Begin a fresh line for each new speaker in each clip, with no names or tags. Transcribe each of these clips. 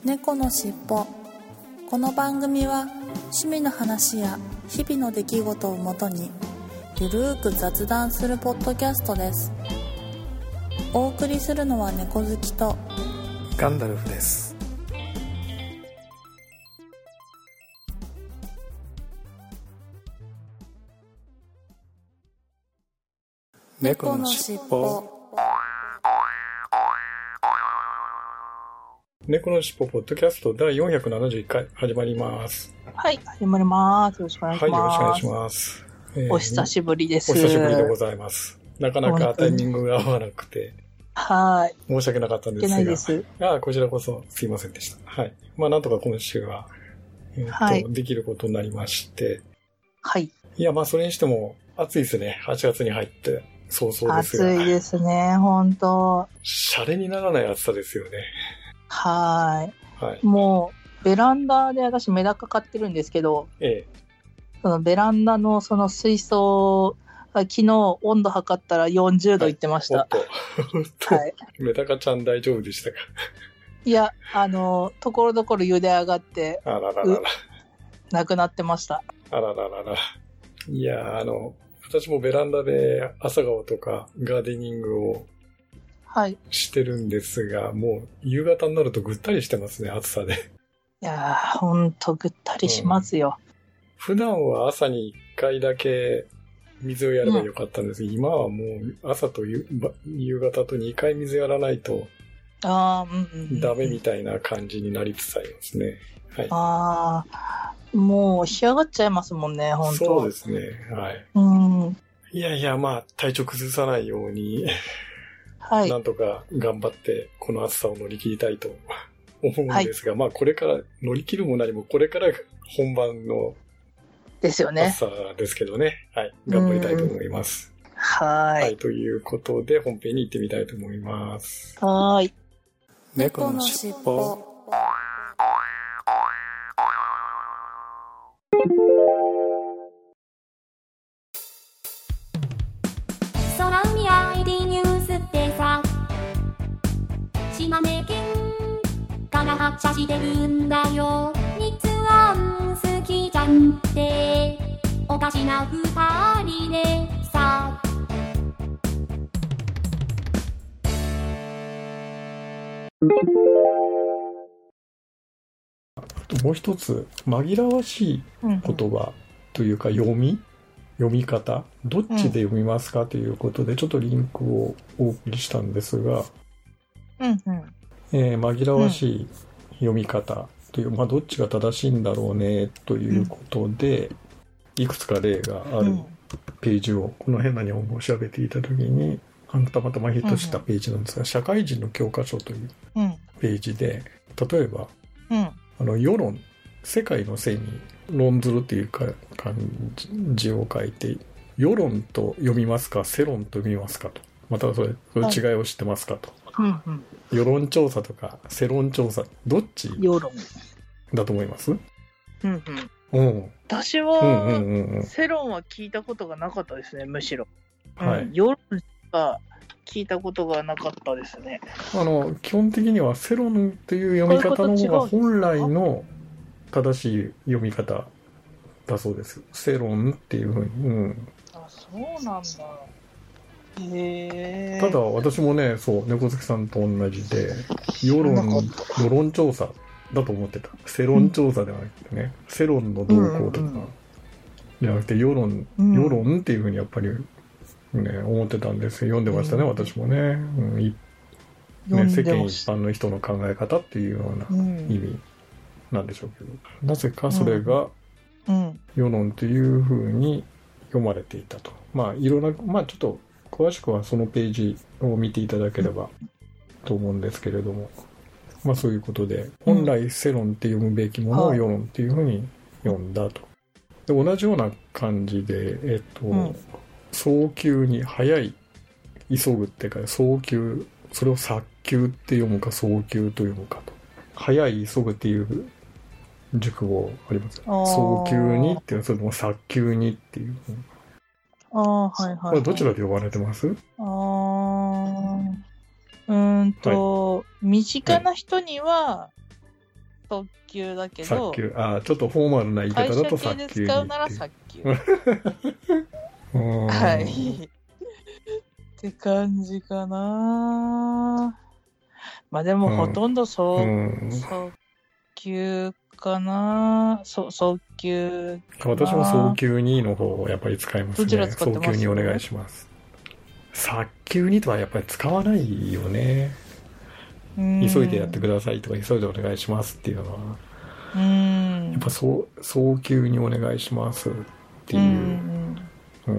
猫のしっぽ。この番組は趣味の話や日々の出来事をもとにゆるーく雑談するポッドキャストです。お送りするのは猫好きと
ガンダルフです。
猫のしっぽ。
猫のしっぽポッドキャスト第471回始まります。
はい、始まります。よろしくお願いします。
はい、よろしくお願いします。
お久しぶりです。
お久しぶりでございます。なかなかタイミングが合わなくて、
はい。
申し訳なかったんですが、
いけないです。
こちらこそすいませんでした。はい。まあなんとか今週は、
はい、
できることになりまして、
はい。
いや、まあそれにしても暑いですね。8月に入って早々ですが。
暑いですね、本当。
シャレにならない暑さですよね。
はい。
はい。
もう、ベランダで私メダカ飼ってるんですけど、そのベランダのその水槽、昨日温度測ったら40度いってました。
はい、はい。メダカちゃん大丈夫でしたか？
いや、ところどころ茹で上がって、
あらららら。
なくなってました。
あらららら。いや、私もベランダで朝顔とかガーデニングをしてるんですが、はい、もう夕方になるとぐったりしてますね、暑さで。
いやー、ほんとぐったりしますよ。
普段は朝に1回だけ水をやればよかったんですけど、今はもう朝と夕方と2回水やらないとダメみたいな感じになりつつありますね。はい。
もう仕上がっちゃいますもんね、本当。
そうですね。はい。いやいや、まあ体調崩さないように、はい、なんとか頑張ってこの暑さを乗り切りたいと思うんですが、はい、まあこれから乗り切るも何もこれから本番の
ですよね。
暑さですけどね。はい。頑張りたいと思います。
はい。
はい。ということで本編に行ってみたいと思います。
はい。
猫のしっぽ。
空海 ID ニュースってさ、島根県から発車してるんだよ。日安好きじゃんっておかしな二人でさ。
もう一つ紛らわしい言葉というか読み方どっちで読みますかということでちょっとリンクをお送りしたんですが、紛らわしい読み方という、まあ、どっちが正しいんだろうねということで、いくつか例があるページをこの変な日本語を調べていたときにたまたまヒットしたページなんですが、社会人の教科書というページで、例えば世論、世界のせいに論ずるっていうか漢字を書いて、世論と読みますか、世論と読みますかと、またそれ違いを知ってますかと、世論調査とか世論調査、どっち
世論
だと思います？
私は、世論は聞いたことがなかったですね、むしろ。世論しか聞いたことがなかったですね。
基本的には世論っていう読み方の方が本来の正しい読み方だそうです。世論っていうふうに。
そうなんだ。
ただ私もね、そう猫好きさんと同じで世論調査だと思ってた。世論調査ではなくてね、世論の動向とかじゃなくて世論っていうふうにやっぱりね、思ってたんですよ。読んでましたね、私もね。世間一般の人の考え方っていうような意味なんでしょうけど、なぜかそれが世論というふうに読まれていたと。まあいろんな、まあちょっと詳しくはそのページを見ていただければと思うんですけれども、まあそういうことで、本来世論って読むべきものを世論っていうふうに読んだと。で同じような感じで、早急に早い、急ぐってか早急、それを早急って読むか早急と読むかと。早い、急ぐっていう熟語ありますか？早急にっていうの、それとも早急にっていう。これどちらで呼ばれてます？
身近な人には、 速球だけど、
早急、あ、ちょっとフォーマルな言い方だと早急にっていう。会社系で使うなら早急。
はい。って感じかな。まあでもほとんど速球かな。速球。
私も早急にの方をやっぱり使いますね。
どちら使ってます？
早急にお願いします。早急にとはやっぱり使わないよね。急いでやってくださいとか急いでお願いしますっていうのはやっぱ早急にお願いしますっていう、やっ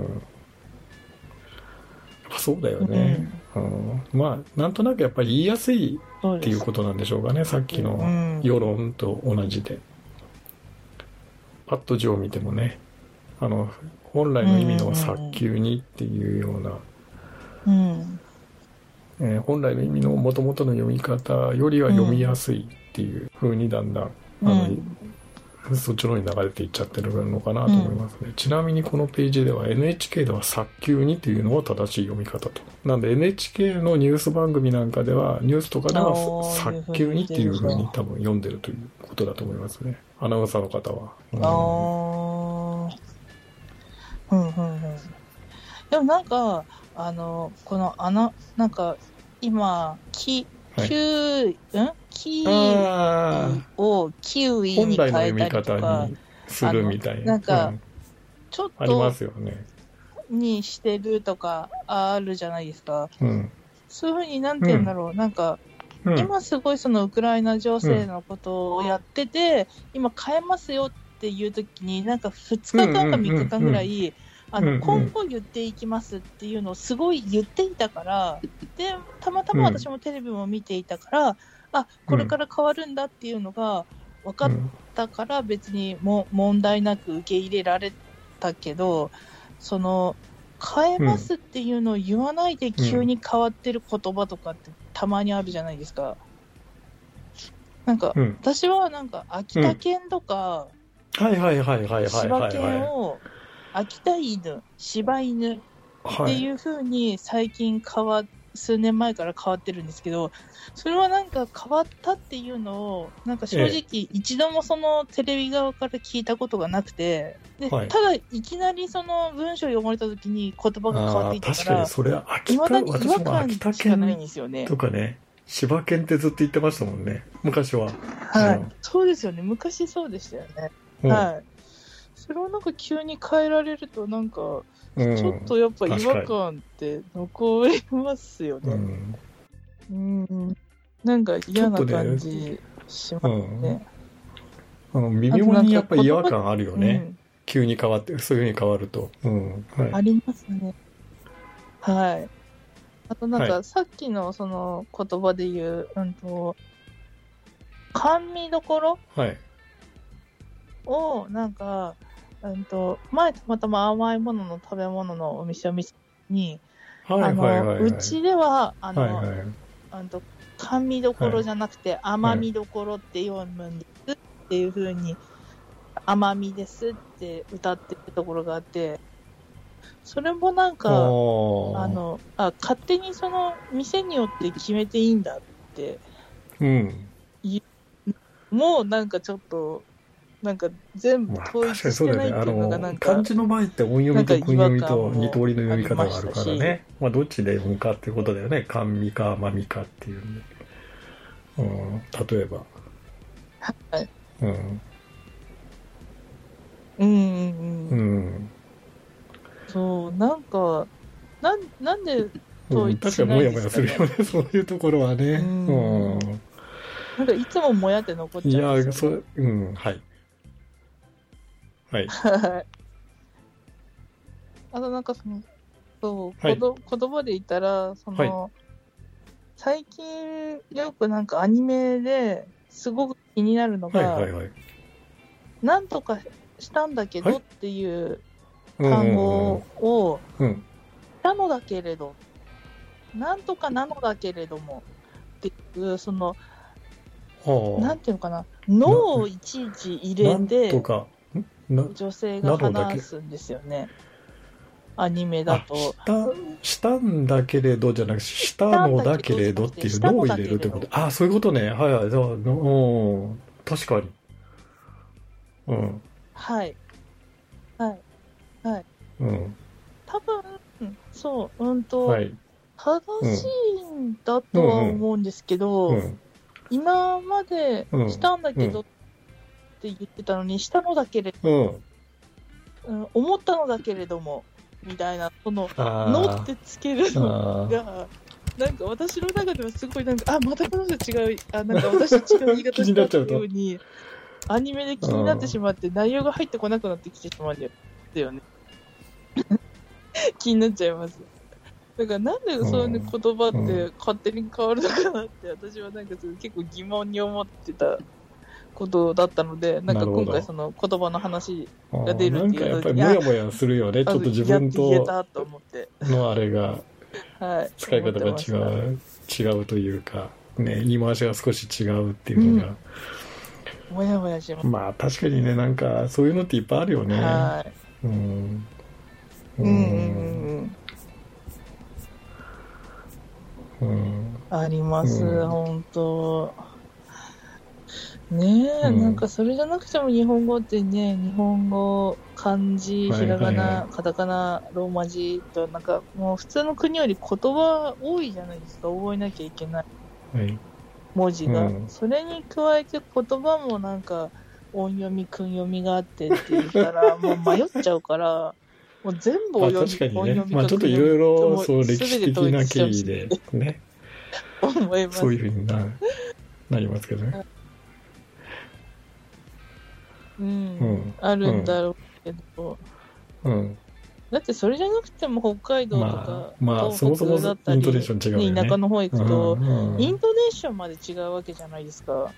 ぱそうだよね、まあなんとなくやっぱり言いやすいっていうことなんでしょうかね。さっきの世論と同じで、パッと字を見てもね、本来の意味の早急にっていうような、本来の意味の元々の読み方よりは読みやすいっていう風にだんだん、そっちの方に流れていっちゃってるのかなと思いますね。ちなみにこのページでは NHK では早急にっていうのが正しい読み方と。なんで NHK のニュース番組なんかでは、ニュースとかでは早急にっていう風に多分読んでるということだと思いますね。アナウンサーの方は。
でもなんか、このなんか、今、キウイをキウイに変えたりとか、
するみたいな。
なんか、ちょっと、
ありますよね。
にしてるとかあるじゃないですか。そういうふうになんて言うんだろう。なんか、今すごいそのウクライナ情勢のことをやってて、今変えますよっていう時に、なんか2日間か3日間ぐらい、今後言っていきますっていうのをすごい言っていたから、で、たまたま私もテレビも見ていたから、これから変わるんだっていうのが分かったから別に問題なく受け入れられたけど、その、変えますっていうのを言わないで急に変わってる言葉とかってたまにあるじゃないですか。なんか、私はなんか秋田犬とか、柴犬を、秋田犬、柴犬っていう風に最近数年前から変わってるんですけど、それはなんか変わったっていうのを、なんか正直一度もそのテレビ側から聞いたことがなくて、で、ただいきなりその文章を読まれた時に言葉が変わっていたから、
確かにそれは
未だに違和感しかないんですよね。
とかね、柴犬ってずっと言ってましたもんね、昔は。
はい。そうですよね。昔そうでしたよね。はい。それをなんか急に変えられるとなんか、ちょっとやっぱ違和感って残りますよね。なんか嫌な感じしますね。
微妙にやっぱり違和感あるよね。急に変わって、そういう風に変わると。
ありますね。はい。あとなんかさっきのその言葉で言う、甘味どころをなんか、前たまたま甘いものの食べ物のお店を見せに、うちでは、甘味どころじゃなくて甘みどころって読むんですっていう風に、甘みですって歌ってるところがあって、それもなんか、勝手にその店によって決めていいんだって、もうなんかちょっと、なんか全部統一してないっていうのがなんか、
漢字の場合って音読みと訓読みと二通りの読み方があるからね。まあどっちで読むかっていうことだよね。甘味か甘みかっていう、例えば。
はい。そう、なんか、なんで統一しないんですかね。
確かにもやもやするよね、そういうところはね。
なんかいつももやって残っちゃうんですよね。
はい。はい。
あとなんかそう、言葉で言ったら、最近よくなんかアニメですごく気になるのが、なんとかしたんだけどっていう単語を、したのだけれど、なんとかなのだけれどもっていう、その、なんていうのかな、のをいちいち入れて、女性が話すんですよね。アニメだと。
したんだけれどじゃなくて、したのだけれどっていうのを入れるってこと。そういうことね。突確かに。うん。
はい。はい。はい。
うん。
多分、そう、
はい。
正しいんだとは思うんですけど、今までしたんだけどって言ってたのに、したのだけれど、思ったのだけれども、みたいな、その、のってつけるのが、なんか私の中ではすごいなんか、またこの人違う、なんか私と違う言い方したっていうように、アニメで気になってしまって、内容が入ってこなくなってきてしまうんだよね。気になっちゃいます。だからなんでそういう言葉って勝手に変わるのかなって、私はなんか結構疑問に思ってたことだったので、なんか今回その言葉の話が出るっていうので、
なんかやっぱりモヤモヤするよね。ちょっと自分とのあれが、使い方が違うというか、ね、言い回しが少し違うっていうのが、
もやもやします。
まあ確かにね、なんかそういうのっていっぱいあるよね。
はい。あります、本当。ねえ、なんかそれじゃなくても日本語ってね、日本語、漢字、ひらがな、カタカナ、ローマ字と、なんかもう普通の国より言葉多いじゃないですか、覚えなきゃいけない文字が。それに加えて言葉もなんか音読み、訓読みがあってって言ったら、もう迷っちゃうから、もう全部音読み、
音読み、ちょっといろいろそう歴史的な経緯でね、
思います。
そういうふうになりますけどね。
あるんだろうけど、だってそれじゃなくても北海道とか、東北だったり、田舎の方行くと、イントネーションまで違うわけじゃないですか。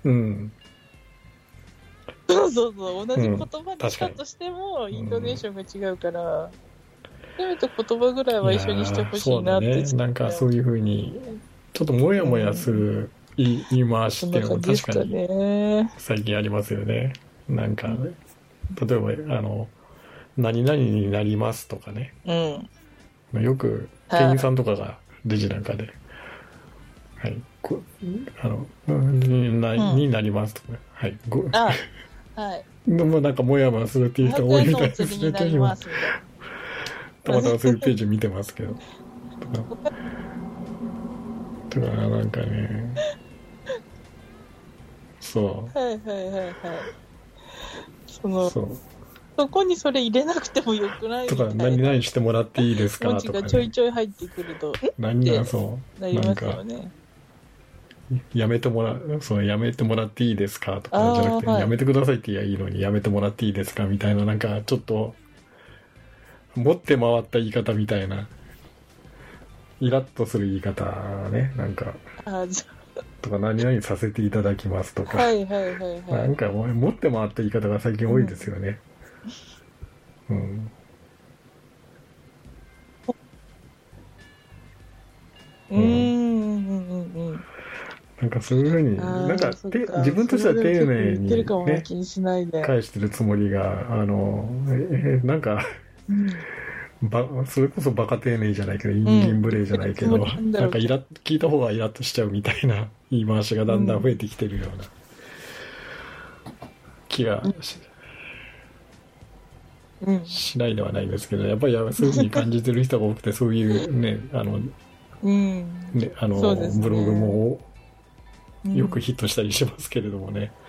そうそうそう、同じ言葉にしたとしても、イントネーションが違うから、せめて言葉ぐらいは一緒にしてほしいなって。
なんかそういうふうに、ちょっともやもやする言い回しっていうのは確かに最近ありますよね。なんか、例えば、何々になりますとかね。よく、店員さんとかがレジなんかで、はい、になりますとかね。はい。
はい。
もうなんかもやもやするっていう人が多いみたいですね。たまたまそういうページ見てますけど。とか、なんかね。そう。
はい。そこにそれ入れなくてもよくないみたいな。
とか、何々してもらっていいですかとか、ね。
文字がちょいちょい入ってくると、
何がそう。
なりますよね。
やめてもらっていいですかとかじゃなくて、やめてくださいって言えばいいのに、やめてもらっていいですかみたいな、なんかちょっと、持って回った言い方みたいな、イラッとする言い方ね、なんか。とか、何々させていただきますとか。なんか持って回った言い方が最近多いですよね。なんかそういうふうに、なんか自分としては丁寧に、ね、返してるつもりが、なんか、それこそバカ丁寧じゃないけど、インギン無礼じゃないけど、なんか聞いた方がイラッとしちゃうみたいな言い回しがだんだん増えてきてるような気がしないではないんですけど、やっぱりそういうふうに感じてる人が多くて、そういうね、ブログもよくヒットしたりしますけれどもね。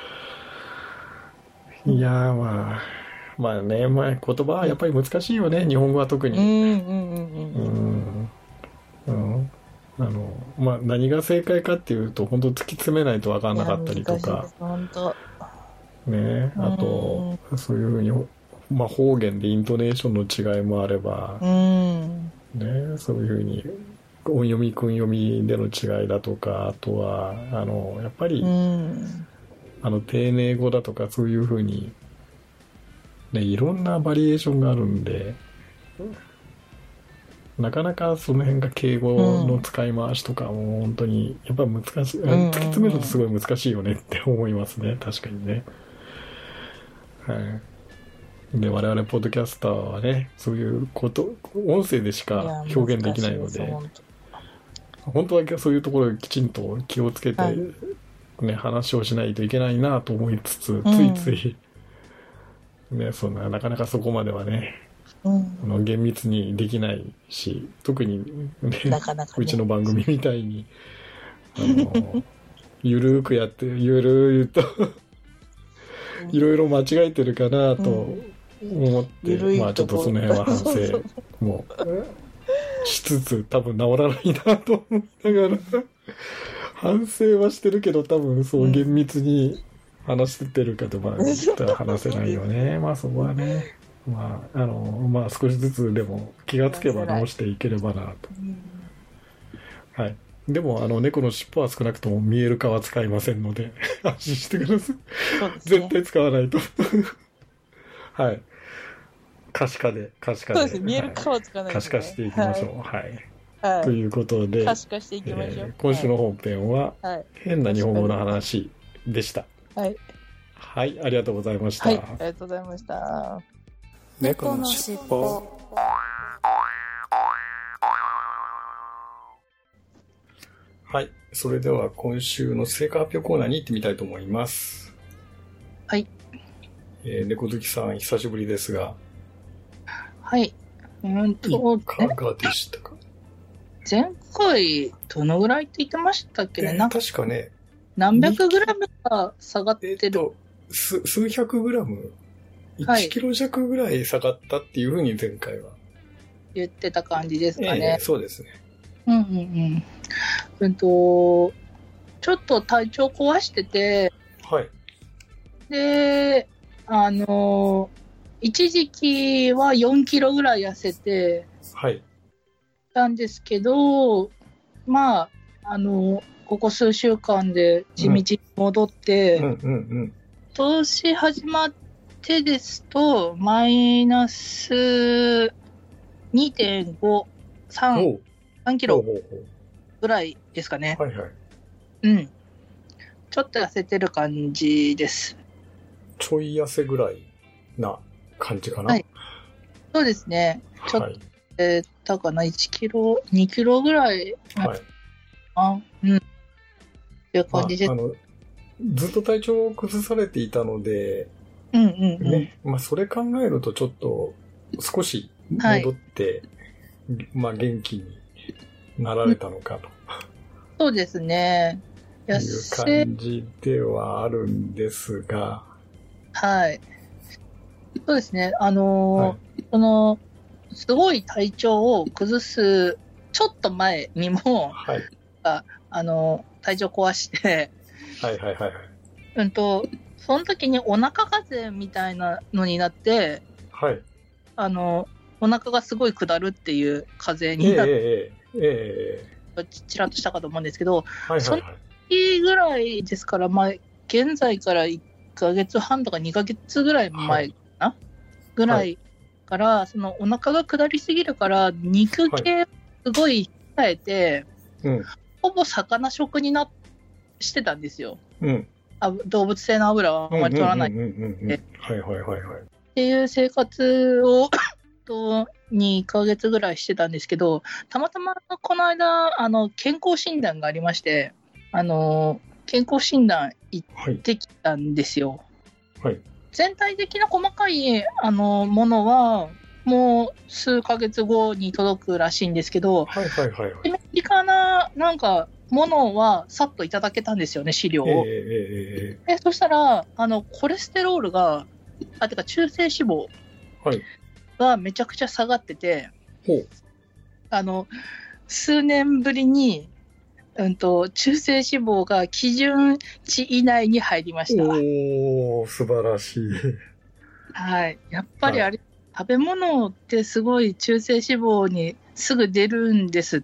いやーまあね、言葉はやっぱり難しいよね、日本語は特に。何が正解かっていうと、本当突き詰めないと分かんなかったりとか。ね、あと、そういうふうに、方言でイントネーションの違いもあれば、ね、そういうふうに、音読み、訓読みでの違いだとか、あとは、やっぱり、丁寧語だとか、そういうふうに、ね、いろんなバリエーションがあるんで、なかなかその辺が敬語の使い回しとかも本当にやっぱ難しい、突き詰めるとすごい難しいよねって思いますね、確かにね。で、我々ポッドキャスターはね、そういうこと音声でしか表現できないので、本当はそういうところをきちんと気をつけてね、話をしないといけないなと思いつつ、ついつい、ね、なかなかそこまではね、厳密にできないし、特に、ね、
なかなかね、
うちの番組みたいに、ゆるーくやって、ゆるーと、いろいろ間違えてるかなと思って、まあちょっとその辺は反省もしつつ、多分治らないなと思いながら、反省はしてるけど、多分そう厳密に話してるかと、まあ話せないよね。まあそこはね、まあ少しずつでも気がつけば直していければなと。はい。でも猫の尻尾は少なくとも見える化は使いませんので安心してください。
そうです
ね、絶対使わないとはい。可視化で。
そうですね、見える化は使わないと、
可視化していきましょう。はい。
はい、
ということで、
可視化していきましょう。
今週の本編は、変な日本語の話でした。
はい。
はい、ありがとうございました。
はい、ありがとうございました。
猫のしっぽ。
はい。それでは今週の成果発表コーナーに行ってみたいと思います。
はい。
猫好きさん、久しぶりですが。
はい。
いかがでしたか？
前回、どのぐらいって言ってましたっけね、
確かね。
何百グラムが下がってる。
数百グラム、1キロ弱ぐらい下がったっていうふうに前回は。
言ってた感じですかね。
そうですね。
ちょっと体調壊してて、
はい。
で、一時期は4キロぐらい痩せて、
はい。
たんですけど、まあ、ここ数週間で地道に戻って、今年始まってですと、マイナス2.5、3キロぐらいですかね。
はいはい。
ちょっと痩せてる感じです。
ちょい痩せぐらいな感じかな。
はい。そうですね。ちょっと、かな、1キロ、2キロぐらい。
はい。
っていう感じで。
ずっと体調を崩されていたので、ね。まあ、それ考えるとちょっと少し戻って、まあ、元気になられたのかと。
そうですね。
いう感じではあるんですが。
はい。そうですね。すごい体調を崩すちょっと前にも、体調壊して、その時にお腹風邪みたいなのになって、お腹がすごい下るっていう風邪になって、ちらっとしたかと思うんですけど、その時ぐらいですから、まあ、現在から1ヶ月半とか2ヶ月ぐらい前かな、ぐらいから、そのお腹が下りすぎるから、肉系をすごい控えて、ほぼ魚食にしてたんですよ。動物性の油はあまり取らないっていう生活を2ヶ月ぐらいしてたんですけど、たまたまこの間健康診断がありまして、健康診断行ってきたんですよ。全体的な細かいものはもう数ヶ月後に届くらしいんですけど、身近ななんかものはさっといただけたんですよね、資料を。そしたらコレステロールがてか中性脂肪がめちゃくちゃ下がってて、数年ぶりに中性脂肪が基準値以内に入りました。
素晴らしい。
はい。やっぱり食べ物ってすごい中性脂肪にすぐ出るんですって。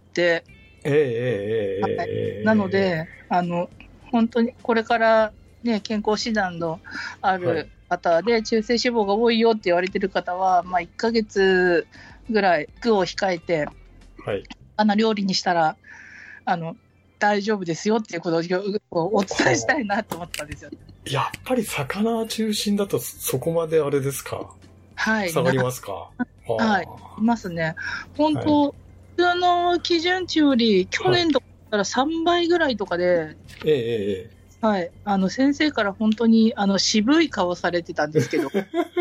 なので、本当にこれからね、健康診断のある方で中性脂肪が多いよって言われてる方は、まあ1ヶ月ぐらい具を控えて、料理にしたら、大丈夫ですよっていうことをお伝えしたいなと思ったんですよ。
やっぱり魚中心だとそこまであれですか？下がりますか？
いますね。本当、普通の基準値より去年とかだったら3倍ぐらいとかで、 はい。先生から本当に、渋い顔されてたんですけど、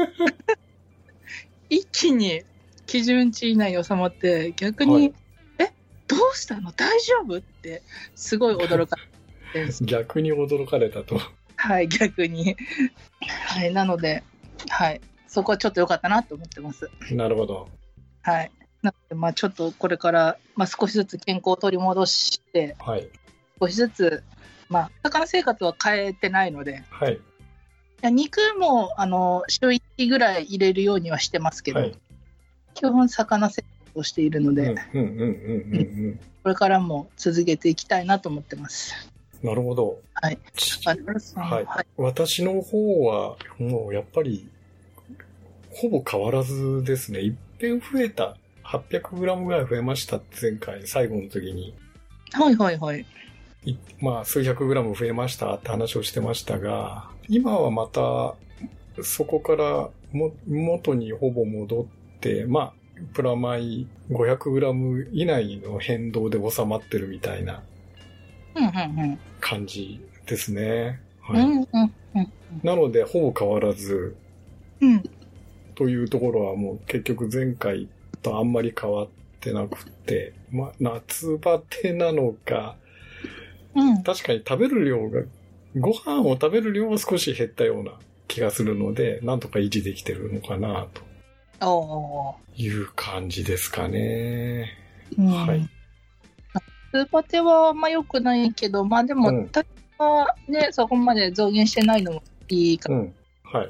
一気に基準値以内に収まって、逆に、はい、どうしたの大丈夫って、すごい驚かれて。
逆に驚かれたと。
はい、逆に。はい、なので、はい。そこはちょっと良かったなと思ってます。
なるほど。
はい。なので、ちょっとこれから、少しずつ健康を取り戻して、
はい、
少しずつ、魚生活は変えてないので、
はい、
肉も週1ぐらい入れるようにはしてますけど、はい、基本魚生活をしているので、これからも続けていきたいなと思ってます。
なるほど。
はい。
はい。私の方は、もうやっぱり、ほぼ変わらずですね。一遍増えた。800g ぐらい増えましたって前回、最後の時に。
はいはいはい。
数百グラム増えましたって話をしてましたが、今はまた、そこから元にほぼ戻って、プラマイ 500g 以内の変動で収まってるみたいな感じですね。なので、ほぼ変わらず、というところはもう結局前回とあんまり変わってなくて、夏バテなのか、確かに食べる量が、ご飯を食べる量は少し減ったような気がするので、なんとか維持できてるのかな、という感じですかね。はい。
夏バテはあんま良くないけど、でも、体はね、そこまで増減してないのもいいかな。
はい。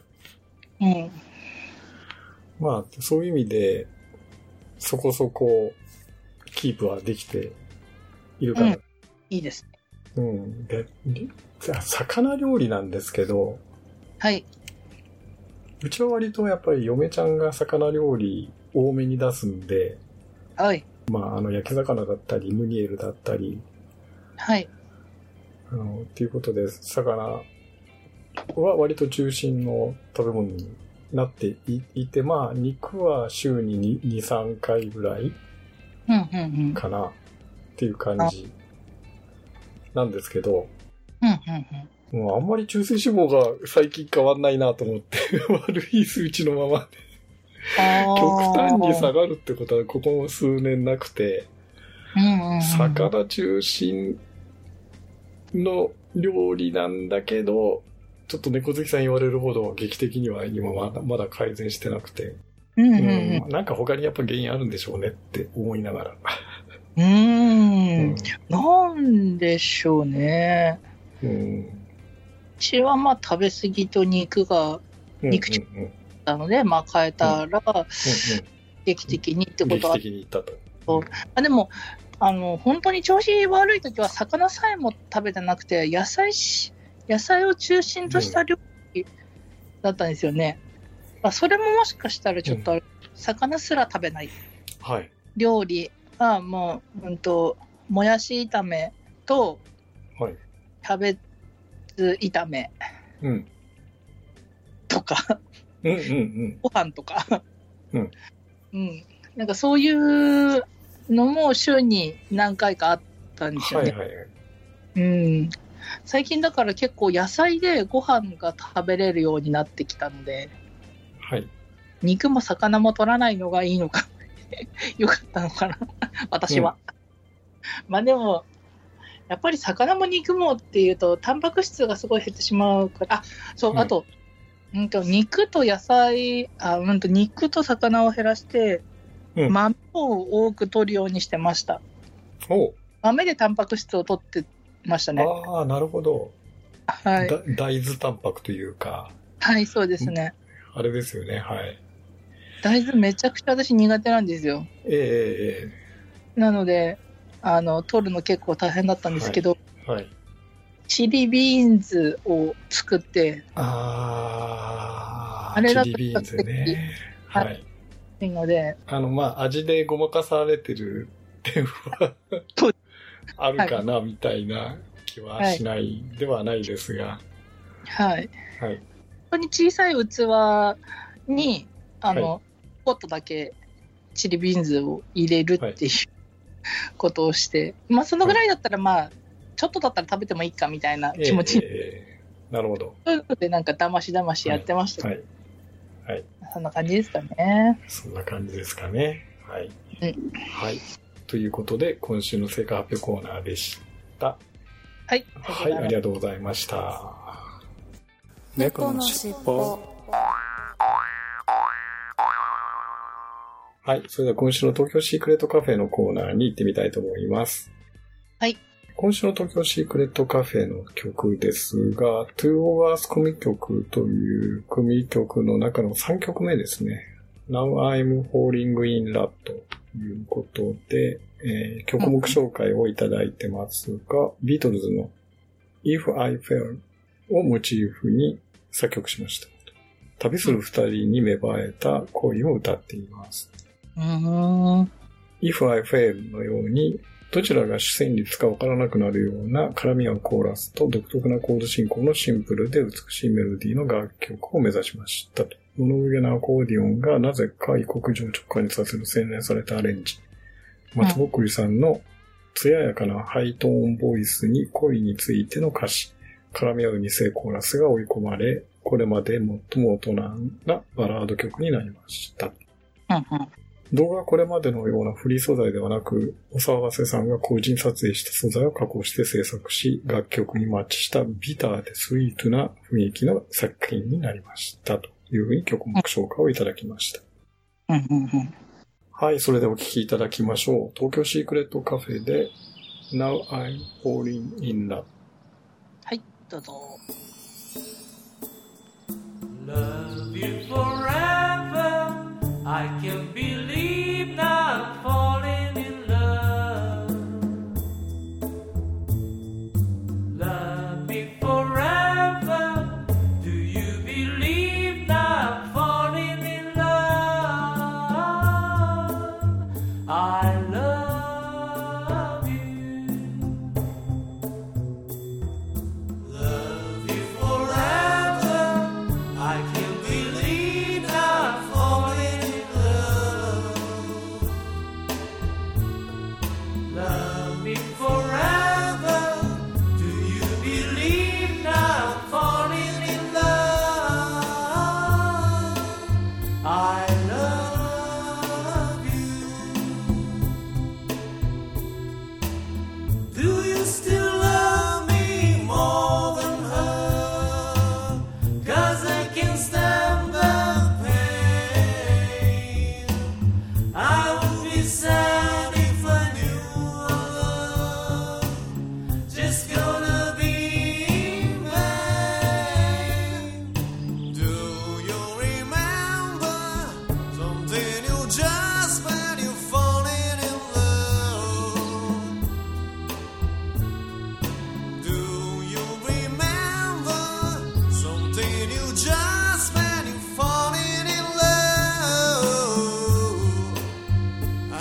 そういう意味で、そこそこキープはできているから。い
いですね。
で、魚料理なんですけど、
はい。
うちは割とやっぱり嫁ちゃんが魚料理多めに出すんで、
はい。
焼き魚だったり、ムニエルだったり、
はい。
っていうことで、魚は割と中心の食べ物になっていて、肉は週に2、3回ぐらいかなっていう感じなんですけど、もうあんまり中性脂肪が最近変わんないなと思って悪い数値のままで極端に下がるってことはここ数年なくて、魚中心の料理なんだけど、ちょっと猫好きさん言われるほど劇的には今まだ改善してなくて、なんか他にやっぱ原因あるんでしょうねって思いながら。
なんでしょうね。うちは食べ過ぎと肉中なので、変えたら、劇的にってことは。
劇的にいったと。
でも、本当に調子悪いときは魚さえも食べてなくて、野菜を中心とした料理だったんですよね。それももしかしたらちょっと、魚すら食べない料理はもう、もやし炒めと、キャベツ炒めとか、ご飯とか、なんかそういうのも週に何回かあったんですよね。最近だから結構野菜でご飯が食べれるようになってきたので、肉も魚も取らないのがいいのかよかったのかな私は。でもやっぱり魚も肉もっていうとタンパク質がすごい減ってしまうから、あと、肉と野菜肉と魚を減らして、豆を多く取るようにしてました。豆でタンパク質を取ってましたね。
なるほど。
はい。
大豆タンパクというか。
はい、そうですね。
あれですよね、はい。
大豆めちゃくちゃ私苦手なんですよ。なので、取るの結構大変だったんですけど、チリビーンズを作って、あれだと
チリビーンズね。
いいので、
味でごまかされてる点はあるかな、みたいな気はしないではないですが。本当に小さい器に、ポットだけチリビーンズを入れるっていうことをして、そのぐらいだったらち
ちょっとだったら食べてもいいかみたいな気持ちに、
なるほど。
そういうのでなんかだましやってました、
はいはい。
そんな感じですかね。
そんな感じですかね。はい。
うん。
はい。ということで、今週の成果発表コーナーでした。
はい。
はい、ありがとうございました。
猫のしっぽ。
はい。それでは今週の東京シークレットカフェのコーナーに行ってみたいと思います。
はい。
今週の東京シークレットカフェの曲ですが、Two of Us組曲という組曲の中の3曲目ですね。Now I'm Falling in Love ということで、曲目紹介をいただいてますが、ビートルズの If I Fell をモチーフに作曲しました。旅する二人に芽生えた恋を歌っています。If I Fail のようにどちらが主旋律かわからなくなるような絡み合うコーラスと独特なコード進行のシンプルで美しいメロディーの楽曲を目指しましたと。物憂げなアコーディオンがなぜか異国情緒化にさせる洗練されたアレンジ。松ぼっくりさんの艶やかなハイトーンボイスに恋についての歌詞。絡み合う二声コーラスが追い込まれ、これまで最も大人なバラード曲になりました。動画はこれまでのようなフリー素材ではなく、お騒がせさんが個人撮影した素材を加工して制作し、楽曲にマッチしたビターでスイートな雰囲気の作品になりましたというふうに曲目紹介をいただきました。はい、それでお聴きいただきましょう。東京シークレットカフェで Now I'm Falling in Love。
はい、どうぞ。
Love you forever, I can't believe now I'm falling in love. Love me forever, do you believe now I'm falling in love? I love you. Love you forever, I can't believe now I'm falling in love. Love me forever, do you believe now I'm falling in love? I love you. Do you still love me more than her? 'Cause I can't stand the pain. I would be sad if I knew our love just gonna be in vain. Do you remember something you just when you're falling in love? Do you remember something you just when you're falling in love? I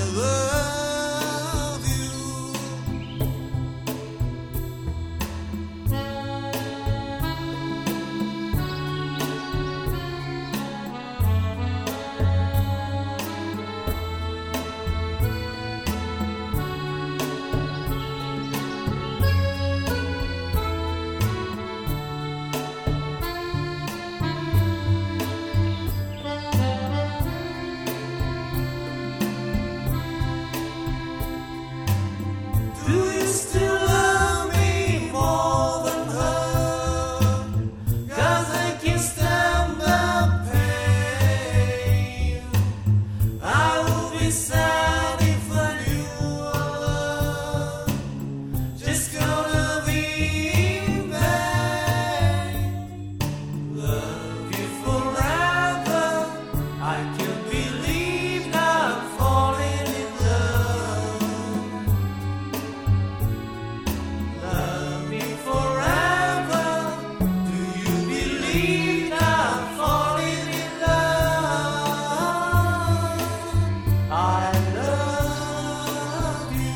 love you. Do you still love me more than her? 'Cause I can't stand the pain. I would be sad if I knew our love just gonna be in vain. Love you forever, I can't believe now I'm falling in love. Love me forever, do you believe now I'm falling in love? I love you.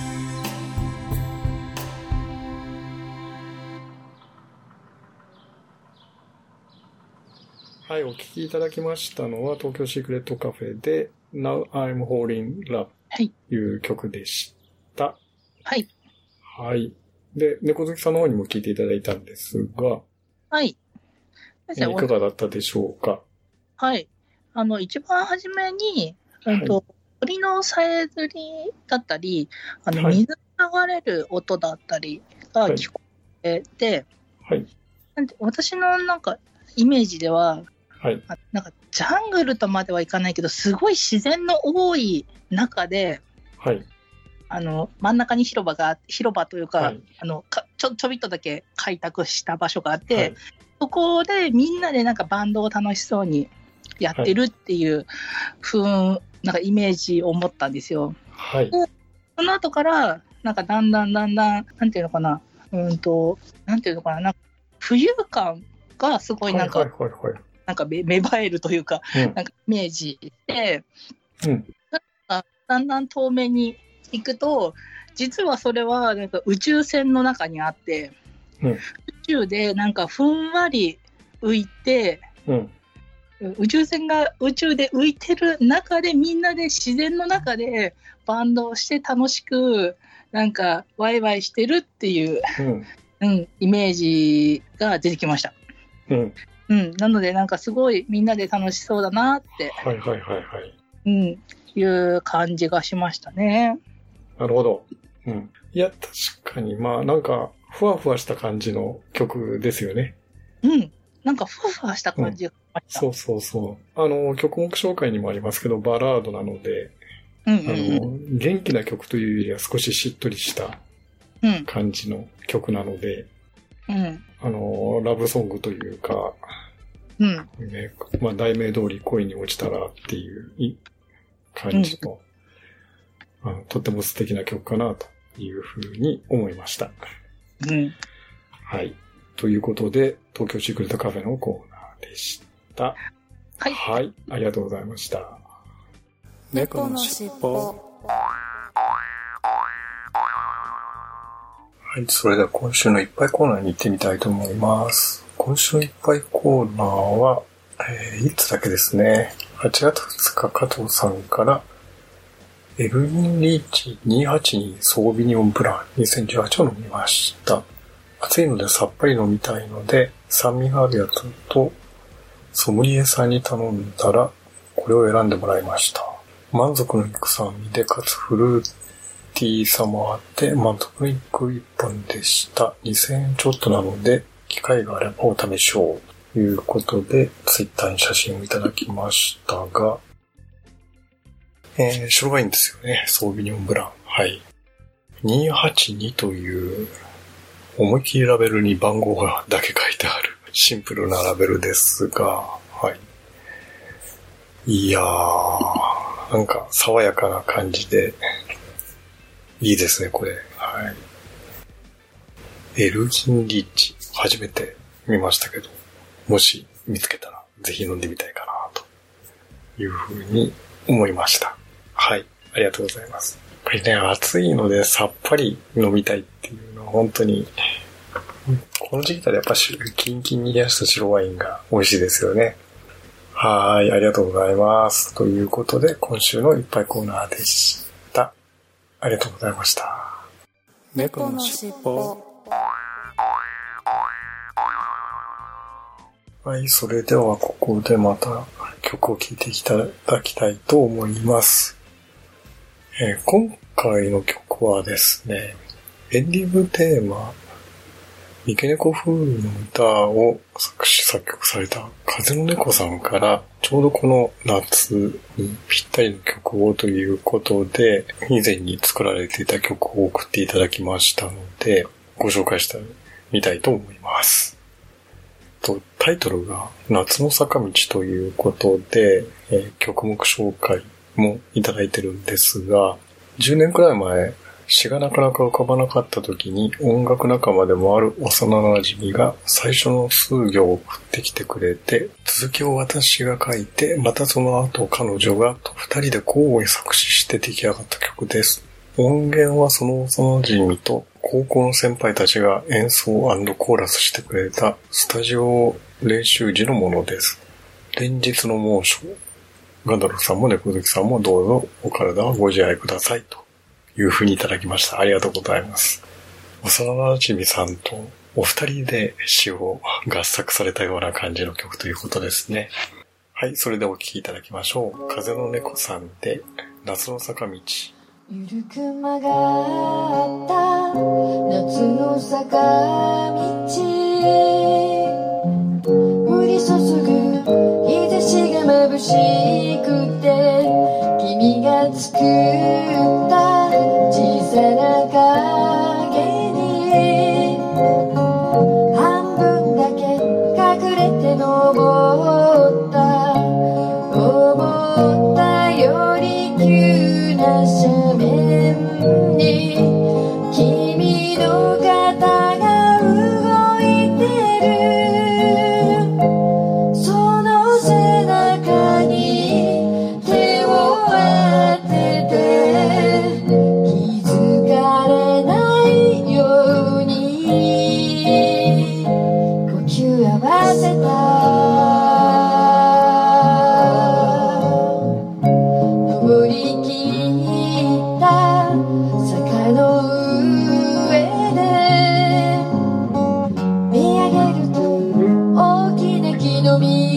はい、お聴きいただきましたのは東京シークレットカフェで Now I'm Falling in Love
はい。
という曲でした。
はい。
はい。 で、猫好きさんの方にも聞いていただいたんですが、
はい。
いかがだったでしょうか？
はい。一番初めに、鳥のさえずりだったり、水が流れる音だったりが聞こえて、
はい。
私のなんか、イメージでは、
はい。
なんか、ジャングルとまではいかないけど、すごい自然の多い中で、
はい。
真ん中に広場というか、
はい、
ちょびっとだけ開拓した場所があって、
はい、
そこでみんなでなんかバンドを楽しそうにやってるっていうなんかイメージを持ったんですよ。
はい。
で、その後から、なんかだんだん、なんていうのかな、なんていうのかな、なんか浮遊感がすごいなんか、なんか芽生えるというか、なんかイメージで、だんだん遠目に行くと、実はそれはなんか宇宙船の中にあって、宇宙でなんかふんわり浮いて、宇宙船が宇宙で浮いてる中でみんなで自然の中でバンドをして楽しくなんかワイワイしてるっていう、イメージが出てきました。なのでなんかすごいみんなで楽しそうだなっていう感じがしましたね。
なるほど。いや、確かに、まあ、なんか、ふわふわした感じの曲ですよね。
なんか、ふわふわした感じがしました。
そう。曲目紹介にもありますけど、バラードなので、元気な曲というよりは少ししっとりした感じの曲なので、ラブソングというか、ね、まあ、題名通り恋に落ちたらっていう感じの、とても素敵な曲かなというふうに思いました。はい。ということで、東京シークレットカフェのコーナーでした。はい。ありがとうございました。
猫のしっぽ。
はい。それでは今週のいっぱいコーナーに行ってみたいと思います。今週のいっぱいコーナーは、1つだけですね。8月2日加藤さんから、エルギンリーチ282ソービニオンブラン2018を飲みました。暑いのでさっぱり飲みたいので、酸味があるやつとソムリエさんに頼んだら、これを選んでもらいました。満足のいく酸味でかつフルーティーさもあって満足のいく一本でした。2000円ちょっとなので、機会があればお試しをということで、ツイッターに写真をいただきましたが、白ワインですよね。ソービニョンブラン。はい。282という、思いっきりラベルに番号がだけ書いてあるシンプルなラベルですが、はい。いやー、なんか爽やかな感じで、いいですね、これ。はい。エルギンリッチ、初めて見ましたけど、もし見つけたらぜひ飲んでみたいかな、というふうに思いました。はい。ありがとうございます。やっぱりね、暑いのでさっぱり飲みたいっていうのは本当に、この時期からやっぱキンキンに冷やした白ワインが美味しいですよね。はい。ありがとうございます。ということで、今週のいっぱいコーナーでした。ありがとうございました。
猫のしっぽ。
はい。それではここでまた曲を聴いていただきたいと思います。今回の曲はですね、エンディングテーマ、三毛猫風の歌を作詞作曲された風の猫さんからちょうどこの夏にぴったりの曲をということで以前に作られていた曲を送っていただきましたのでご紹介してみたいと思います。タイトルが夏の坂道ということで、曲目紹介もいただいてるんですが、10年くらい前、詩がなかなか浮かばなかった時に音楽仲間でもある幼馴染が最初の数行を送ってきてくれて、続きを私が書いて、またその後彼女がと2人で交互に作詞して出来上がった曲です。音源はその幼馴染と高校の先輩たちが演奏&コーラスしてくれたスタジオ練習時のものです。連日の猛暑、ガンダルフさんも猫好きさんもどうぞお体はご自愛くださいというふうにいただきました。ありがとうございます。 幼馴染さんとお二人で詩を合作されたような感じの曲ということですね。はい、それでお聴きいただきましょう。風の猫さんで夏の坂道。
ゆるく曲がった夏の坂道、降り注ぐ日差しが眩しくて、君が作った小さな影に半分だけ隠れて登った、思ったより急な斜面に君の肩が動いてる、その背中に手を当てて気づかれないように呼吸合わせた、登りきった坂の上で見上げると大きな木の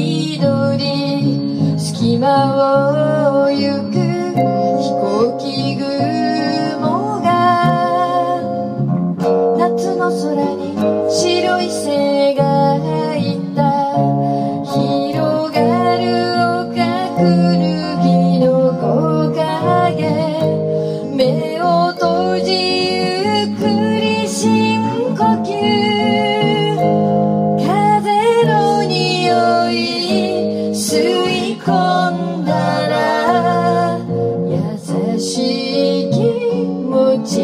緑、隙間を行く飛行機雲が、夏の空に白い線がいた、広がる丘くるぎの木陰、目を閉じゆっくり深呼吸、風の匂い吸い込んだら優しい気持ち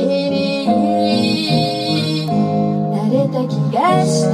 になれた気がした、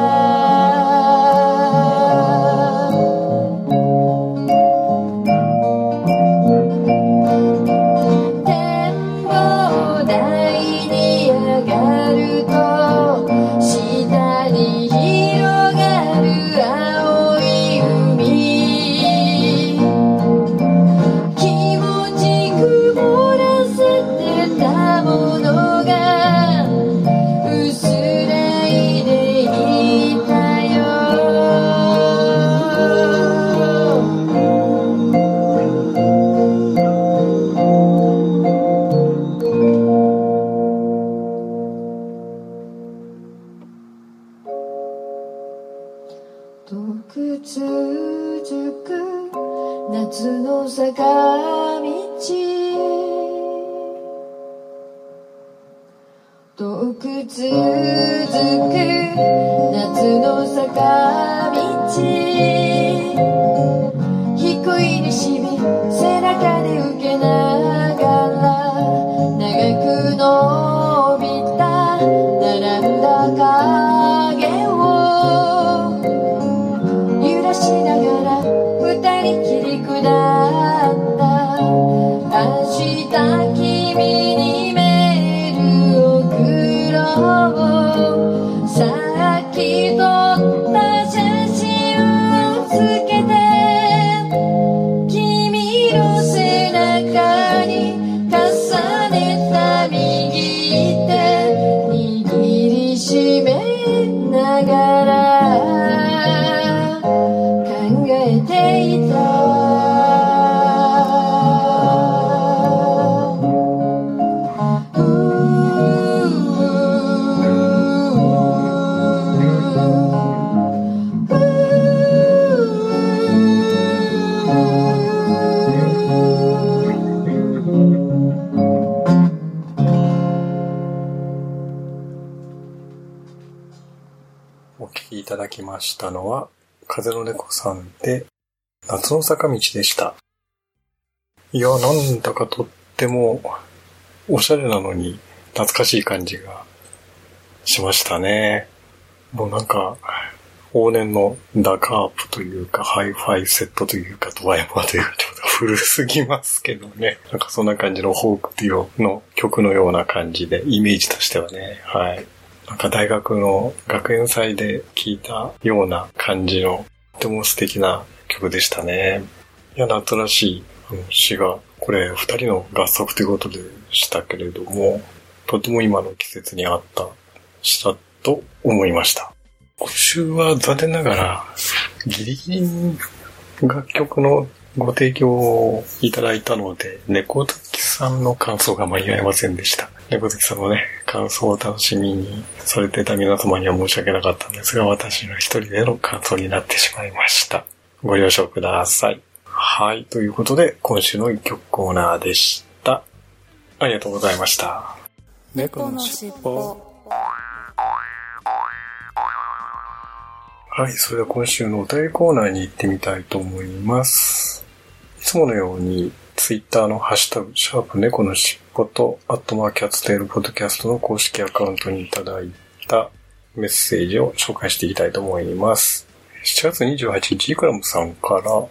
展望台に上がると下に広がる青い海、気持ち曇らせてたものが薄らいでいたよ、遠く続く夏の坂道、遠く続く夏の坂道、低い西日背中で受けながら長く伸びた並んだ影を揺らしながら二人切り下った、明日君にメール送ろう、さっき撮った写真をつけて君の背中に重ねた右手握りしめながら考えていた、
お聴きいただきましたのは風の猫さんで夏の坂道でした。いや、なんだかとってもおしゃれなのに懐かしい感じがしましたね。もうなんか往年のダカープというかハイファイセットというかドワイマーというかちょっと古すぎますけどね。なんかそんな感じのフォークデュオの曲のような感じでイメージとしてはね、はい。なんか大学の学園祭で聴いたような感じのとても素敵な曲でしたね。いや、夏らしい詩が、これ二人の合作ということでしたけれども、 とても今の季節に合ったしたと思いました。今週は残念ながらギリギリに楽曲のご提供をいただいたので、猫好きさんの感想が間に合いませんでした。猫好きさんのね、感想を楽しみにされていた皆様には申し訳なかったんですが、私の一人での感想になってしまいました。ご了承ください。はい、ということで今週の一曲コーナーでした。ありがとうございました。
猫のしっぽ。
はい、それでは今週のお便りコーナーに行ってみたいと思います。いつものようにツイッターのハッシュタグシャープ猫のしっぽとキャッツテールポッドキャストの公式アカウントにいただいたメッセージを紹介していきたいと思います。7月28日イクラムさんから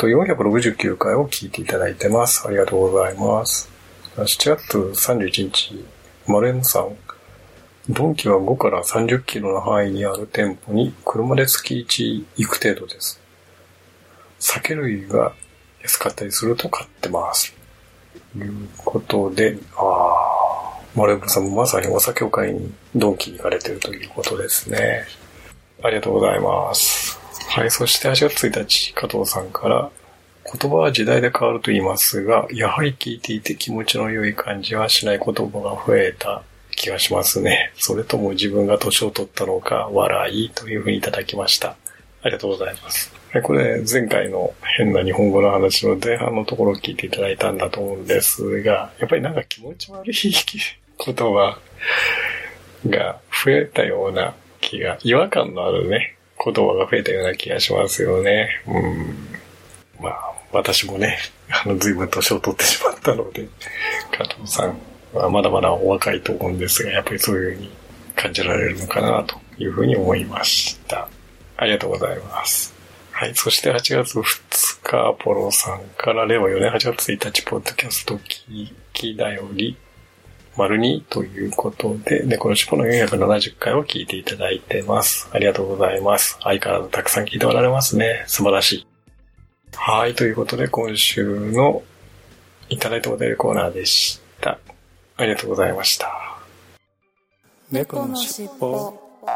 469回を聞いていただいてます。ありがとうございます。7月31日マルエムさん、ドンキは5から30キロの範囲にある店舗に車で月1行く程度です。酒類が安かったりすると買ってます。ということで、マルエムさんもまさにお酒を買いにドンキに行かれているということですね。ありがとうございます。はい、そして8月1日加藤さんから、言葉は時代で変わると言いますが、やはり聞いていて気持ちの良い感じはしない言葉が増えた気がしますね。それとも自分が年を取ったのか笑いというふうにいただきました。ありがとうございます。これ前回の変な日本語の話の前半のところを聞いていただいたんだと思うんですが、やっぱりなんか気持ち悪い言葉が増えたような気が、違和感のあるね、言葉が増えたような気がしますよね。まあ私もね、随分年を取ってしまったので、加藤さんはまだまだお若いと思うんですが、やっぱりそういう風に感じられるのかなというふうに思いました。ありがとうございます。はい。そして8月2日、ポロさんから令和4年8月1日、ポッドキャスト聞きだより、2ということで、猫のしっぽの470回を聞いていただいてます。ありがとうございます。相変わらずたくさん聞いておられますね。素晴らしい。はい。ということで、今週のいただいたお便りコーナーでした。ありがとうございました。
猫のしっぽ。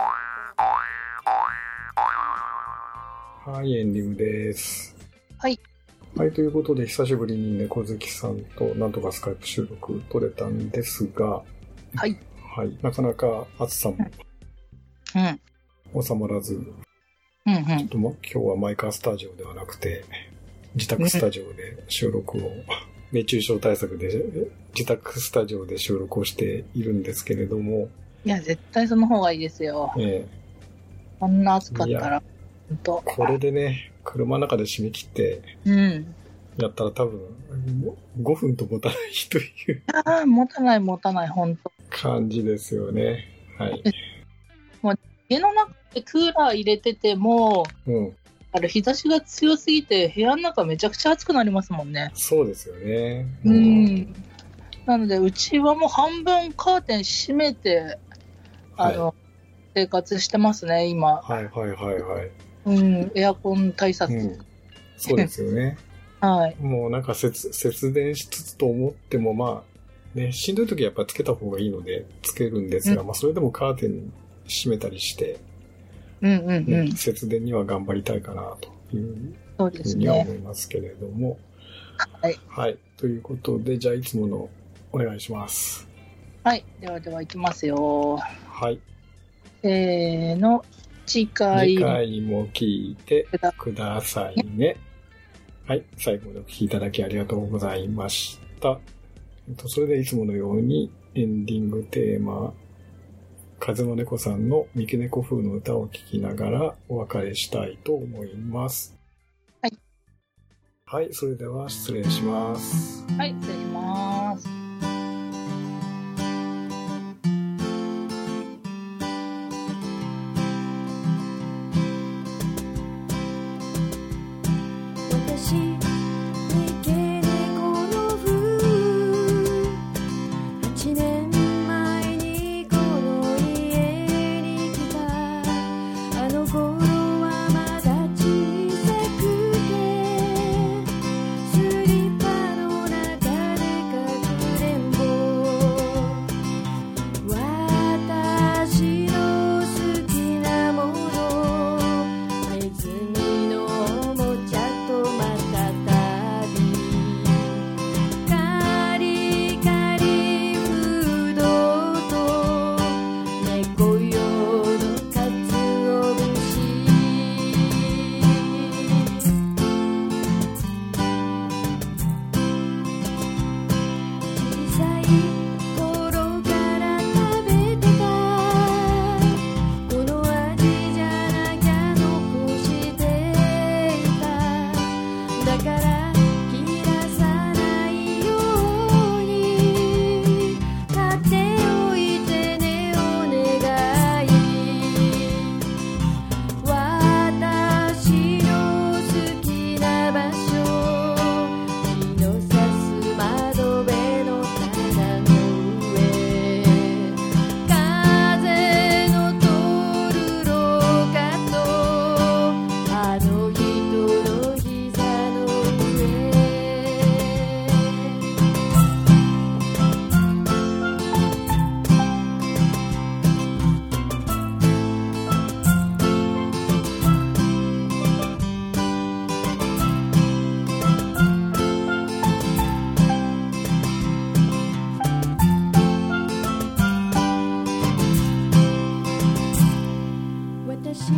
はい、エンディングです。
はい。
はい、ということで、久しぶりに猫好きさんとなんとかスカイプ収録取れたんですが、
はい。
はい、なかなか暑さも収まらず、ちょっと今日はマイカースタジオではなくて、自宅スタジオで収録を、熱中症対策で自宅スタジオで収録をしているんですけれども、
いや、絶対その方がいいですよ。こんな暑かったら。
これでね、車の中で締め切って、やったら多分、5分と持たないという。
持たない、本当
感じですよね。はい。
もう家の中でクーラー入れてても、日差しが強すぎて、部屋の中めちゃくちゃ暑くなりますもんね。
そうですよね。
なので、うちはもう半分カーテン閉めて、生活してますね、今。エアコン対策。
そうですよね。
はい。
もうなんか節電しつつと思っても、まあ、ね、しんどい時はやっぱつけた方がいいので、つけるんですが、まあそれでもカーテン閉めたりして、節電には頑張りたいかなというふうには思いますけれども。
はい。
はい。ということで、じゃあいつものお願いします。
はい。では行きますよ。
はい。
せーの。次回
も聞いてくださいね。はい。最後までお聞きいただきありがとうございました。それでいつものようにエンディングテーマ、風の猫さんの三毛猫風の歌を聴きながらお別れしたいと思います。
はい。
はい。それでは失礼します。
はい。失礼します。
スリッパの中で隠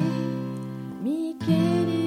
見切り